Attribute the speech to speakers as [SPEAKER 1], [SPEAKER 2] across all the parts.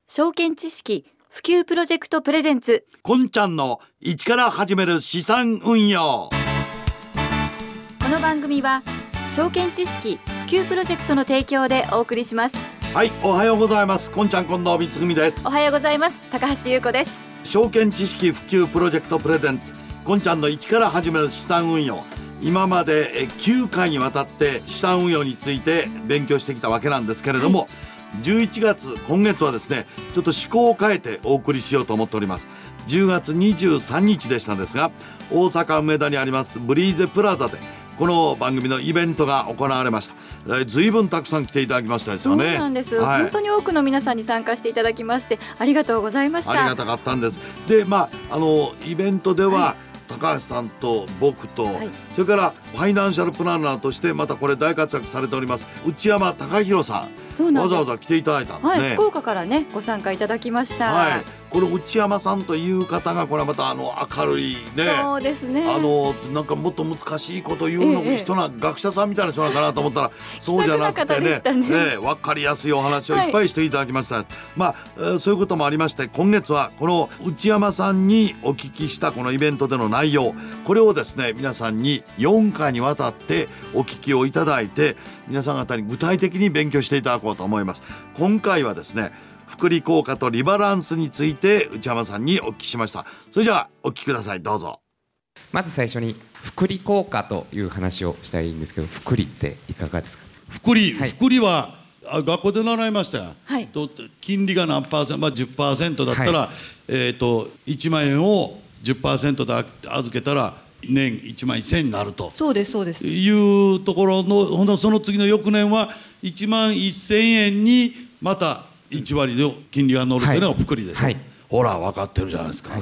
[SPEAKER 1] 証券知識普及プロジェクトプレゼンツ、
[SPEAKER 2] こんちゃんの一から始める資産運用。
[SPEAKER 1] この番組は証券知識普及プロジェクトの提供でお送りします。
[SPEAKER 2] はい、おはようございます。こんちゃん近藤光文です。
[SPEAKER 1] おはようございます。高橋優子です。
[SPEAKER 2] 証券知識普及プロジェクトプレゼンツ、こんちゃんの一から始める資産運用。今まで9回にわたって資産運用について勉強してきたわけなんですけれども、はい、11月今月はですね、ちょっと趣向を変えてお送りしようと思っております。10月23日でしたんですが、大阪梅田にありますブリーゼプラザでこの番組のイベントが行われました。随分たくさん来ていただきましたですよね。
[SPEAKER 1] そうなんです、
[SPEAKER 2] はい、
[SPEAKER 1] 本当に多くの皆さんに参加していただきましてありがとうございました。
[SPEAKER 2] ありがたかったんです。で、イベントでは、はい、高橋さんと僕と、はい、それからファイナンシャルプランナーとしてまたこれ大活躍されております内山貴弘さん、わざわざ来ていただいたんですね。
[SPEAKER 1] はい、福岡からねご参加いただきました。
[SPEAKER 2] はい、この内山さんという方がこれはまた明るいね、
[SPEAKER 1] そうですね、
[SPEAKER 2] なんかもっと難しいこと言うの人な、学者さんみたいな人なのかなと思ったらそうじゃなくてね、分かりやすいお話をいっぱいしていただきました。はい、そういうこともありまして、今月はこの内山さんにお聞きしたこのイベントでの内容、これをですね皆さんに4回にわたってお聞きをいただいて、皆さん方に具体的に勉強していただこうと思います。今回はですね、複利効果とリバランスについて内山さんにお聞きしました。それじゃあお聞きください、どうぞ。
[SPEAKER 3] まず最初に複利効果という話をしたいんですけど、複利っていかがですか？
[SPEAKER 2] 複利は学校で習いましたよ。はい、金利が何パーセント、10% だったら、はい、1万円を 10% で預けたら年1万1000円になると。
[SPEAKER 1] そうですそうです。
[SPEAKER 2] いうところのその次の翌年は1万1000円にまた1割の金利が乗るというのが複利で、はい、ほら分かってるじゃないですか。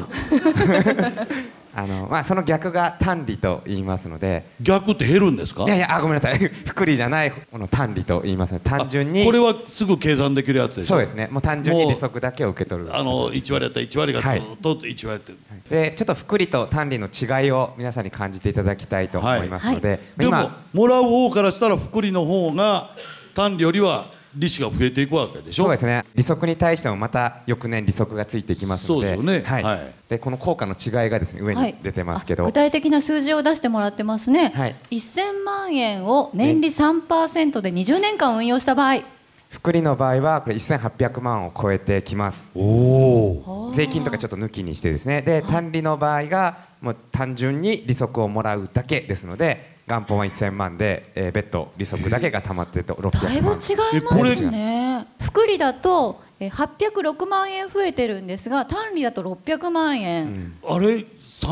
[SPEAKER 3] はい、その逆が単利と言いますので。
[SPEAKER 2] 逆って減るんですか？
[SPEAKER 3] いやごめんなさい複利じゃないこの単利と言いますので、単純に
[SPEAKER 2] これはすぐ計算できるやつでしょ？
[SPEAKER 3] そうですね、もう単純に利息だけを受け取る。
[SPEAKER 2] 1割だったら1割がずっと1割って、
[SPEAKER 3] はい、でちょっと複利と単利の違いを皆さんに感じていただきたいと思いますので、はい、
[SPEAKER 2] でももらう方からしたら複利の方が単利よりは利子が増えていくわけでしょ？
[SPEAKER 3] そうですね、利息に対してもまた翌年利息がついていきますので。
[SPEAKER 2] そうですよね、
[SPEAKER 3] はいはい、でこの効果の違いがですね上に出てますけど、
[SPEAKER 1] 具体的な数字を出してもらってますね。はい、1000万円を年利 3% で20年間運用した場合、
[SPEAKER 3] 複利の場合はこれ1800万を超えてきます。税金とかちょっと抜きにしてですね。で単利の場合がもう単純に利息をもらうだけですので、元本は1000万で、別途利息だけがたまってると600万。
[SPEAKER 1] だいぶ違いますね。複利だと806万円増えてるんですが、単利だと600万円、
[SPEAKER 2] あれ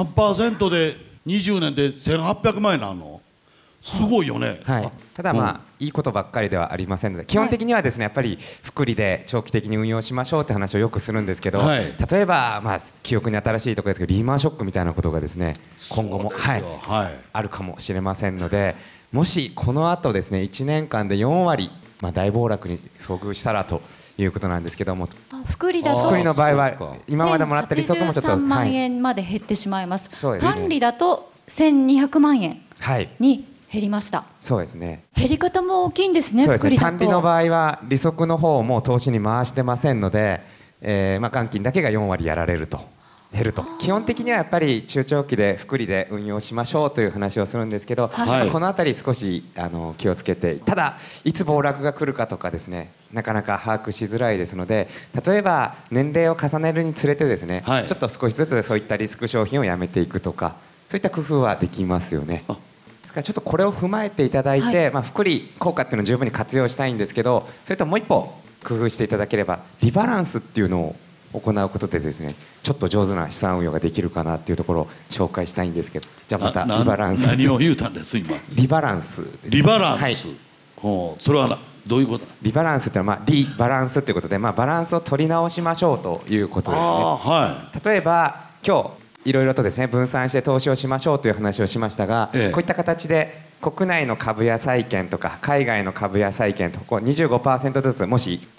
[SPEAKER 2] 3% で20年で1800万円なのすごいよね。
[SPEAKER 3] はい、ただいいことばっかりではありませんので、基本的にはですねやっぱり複利で長期的に運用しましょうって話をよくするんですけど、はい、例えば記憶に新しいところですけどリーマンショックみたいなことがですね今後も、あるかもしれませんので、もしこの後ですね1年間で4割、大暴落に遭遇したらということなんですけども、
[SPEAKER 1] 複利だと
[SPEAKER 3] 複利の場合は今までもらった利息もちょっと
[SPEAKER 1] 1083万円まで減ってしまいます。単利だと1200万円に減りました。
[SPEAKER 3] そうですね、
[SPEAKER 1] 減り方も大きいんですね。
[SPEAKER 3] そうですね、
[SPEAKER 1] 複利だと
[SPEAKER 3] 単利の場合は利息の方も投資に回してませんので、元金だけが4割やられると減ると。基本的にはやっぱり中長期で複利で運用しましょうという話をするんですけど、はい、このあたり少し気をつけて、ただいつ暴落が来るかとかですねなかなか把握しづらいですので、例えば年齢を重ねるにつれてですね、はい、ちょっと少しずつそういったリスク商品をやめていくとか、そういった工夫はできますよね。ですからちょっとこれを踏まえていただいて、はい、複利効果っていうのを十分に活用したいんですけど、それともう一歩工夫していただければリバランスっていうのを行うことでですねちょっと上手な資産運用ができるかなっていうところを紹介したいんですけど、じゃあまたリバランス。
[SPEAKER 2] 何を言うたんです今？リバランスですね。リバランス、はい、それはどういうこと？リバランスっていうのは、リバランスっていうことで、バランスを取り直しましょうということですね。はい、例えば今日いろいろとですね分散して投資をしましょうという話をしましたが、こういった形で国内の株や債券とか海外の株や債券と25% ずつもし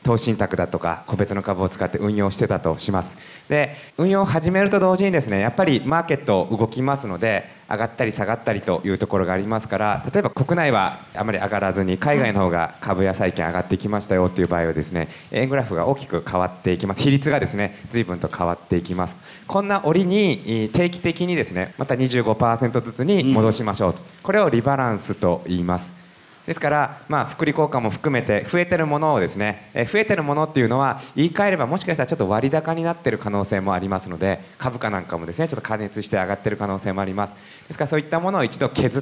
[SPEAKER 3] 投資信託だとか個別の株を使って運用してたとします。で運用を始めると同時にですね、やっぱりマーケット動きますので、上がったり下がったりというところがありますから、例えば国内はあまり上がらずに海外の方が株や債券上がってきましたよという場合はですね、円グラフが大きく変わっていきます。比率がですね随分と変わっていきます。こんな折に定期的にですねまた 25% ずつに戻しましょうと、これをリバランスと言います。ですから、複利効果も含めて増えてるものをですね、増えてるものっていうのは言い換えればもしかしたらちょっと割高になってる可能性もありますので、株価なんかもですねちょっと加熱して上がってる可能性もあります。ですからそういったものを一度削って、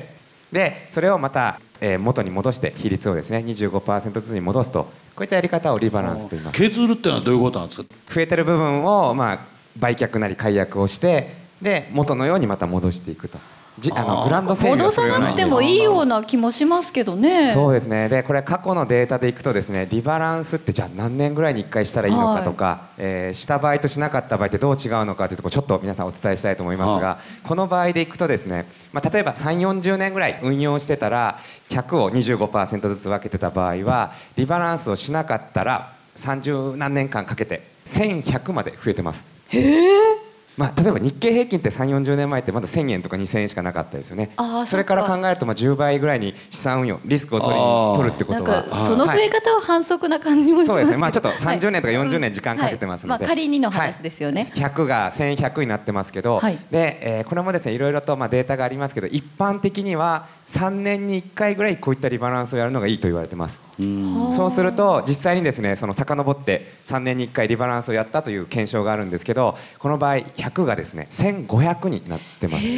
[SPEAKER 3] でそれをまた元に戻して比率をですね 25% ずつに戻すと、こういったやり方をリバランスと言います。
[SPEAKER 2] 削るっていうのはどういうことなんですか？
[SPEAKER 3] 増えてる部分を売却なり解約をして、で元のようにまた戻していくと。グランド整理をするような。
[SPEAKER 1] 戻さなくてもいいような気もしますけどね。
[SPEAKER 3] そうですね。でこれ過去のデータでいくとですね、リバランスってじゃあ何年ぐらいに1回したらいいのかとか、した場合としなかった場合ってどう違うのかというところちょっと皆さんお伝えしたいと思いますが、この場合でいくとですね、例えば3、40年ぐらい運用してたら100を 25% ずつ分けてた場合は、リバランスをしなかったら30何年間かけて1100まで増えてます。
[SPEAKER 1] へー。
[SPEAKER 3] 例えば日経平均って3、40年前ってまだ1000円とか2000円しかなかったですよね。それから考えると10倍ぐらいに資産運用リスクを取るってことは、
[SPEAKER 1] なんかその増え方は反則な感じもしますけど、
[SPEAKER 3] そうですね。ちょっと30年とか40年時間かけてますので、
[SPEAKER 1] 仮にの話ですよね。
[SPEAKER 3] 100が1100になってますけど、でこれもですねいろいろとデータがありますけど、一般的には3年に1回ぐらいこういったリバランスをやるのがいいと言われてます。そうすると実際にですね遡って3年に1回リバランスをやったという検証があるんですけど、この場合100がですね1500になってます。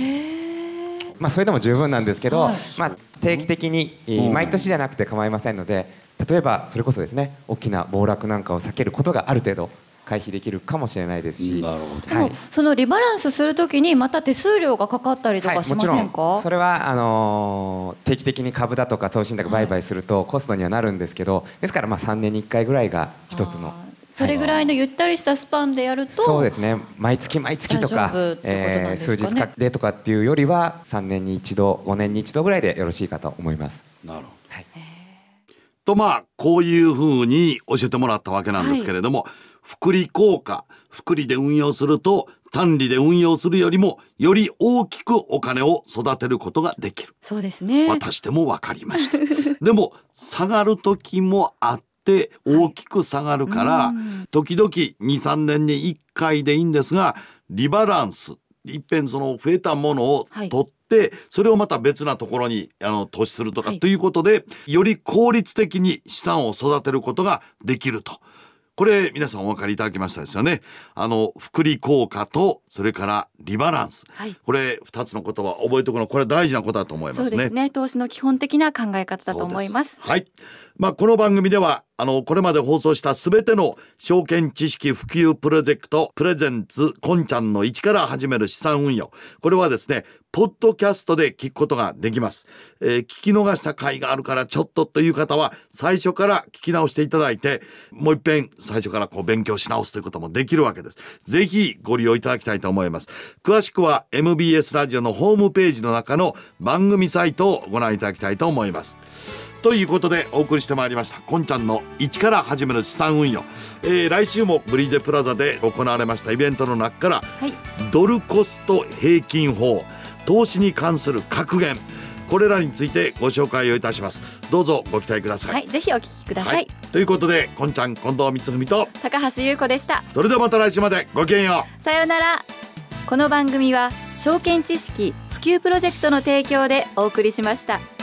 [SPEAKER 3] それでも十分なんですけど、定期的に毎年じゃなくて構いませんので、例えばそれこそですね大きな暴落なんかを避けることがある程度回避できるかもしれないですし、
[SPEAKER 1] そのリバランスするときにまた手数料がかかったりとかしませんか？
[SPEAKER 3] もちろんそれは定期的に株だとか投資信託売買するとコストにはなるんですけど、ですから3年に1回ぐらいが一つの。
[SPEAKER 1] それぐらいのゆったりしたスパンでやると、
[SPEAKER 3] そうですね、毎月毎月とか数日でとかっていうよりは3年に1度5年に1度ぐらいでよろしいかと思います。
[SPEAKER 2] なるほど。とこういうふうに教えてもらったわけなんですけれども、複利効果、複利で運用すると単利で運用するよりもより大きくお金を育てることができる。
[SPEAKER 1] そうですね。
[SPEAKER 2] 私でも分かりましたでも下がる時もあって大きく下がるから、時々 2,3 年に1回でいいんですが、リバランスいっぺんその増えたものを取って、それをまた別なところに投資するとかということで、より効率的に資産を育てることができると。これ皆さんお分かりいただきましたですよね。複利効果とそれからリバランス、これ2つの言葉覚えておくの、これ大事なことだと思いますね。
[SPEAKER 1] そうですね。投資の基本的な考え方だと思います。
[SPEAKER 2] はい。この番組ではこれまで放送したすべての証券知識普及プロジェクトプレゼンツこんちゃんの一から始める資産運用、これはですねポッドキャストで聞くことができます。聞き逃した回があるからちょっとという方は最初から聞き直していただいて、もう一遍最初から勉強し直すということもできるわけです。ぜひご利用いただきたいと思います。詳しくは MBS ラジオのホームページの中の番組サイトをご覧いただきたいと思います。ということでお送りしてまいりましたこんちゃんの一から始める資産運用、来週もブリーゼプラザで行われましたイベントの中から、ドルコスト平均法、投資に関する格言、これらについてご紹介をいたします。どうぞご期待ください。
[SPEAKER 1] ぜひお聞きください。
[SPEAKER 2] ということでこんちゃん近藤光文と
[SPEAKER 1] 高橋優子でした。
[SPEAKER 2] それではまた来週までごきげんよ
[SPEAKER 1] う。さようなら。この番組は証券知識普及プロジェクトの提供でお送りしました。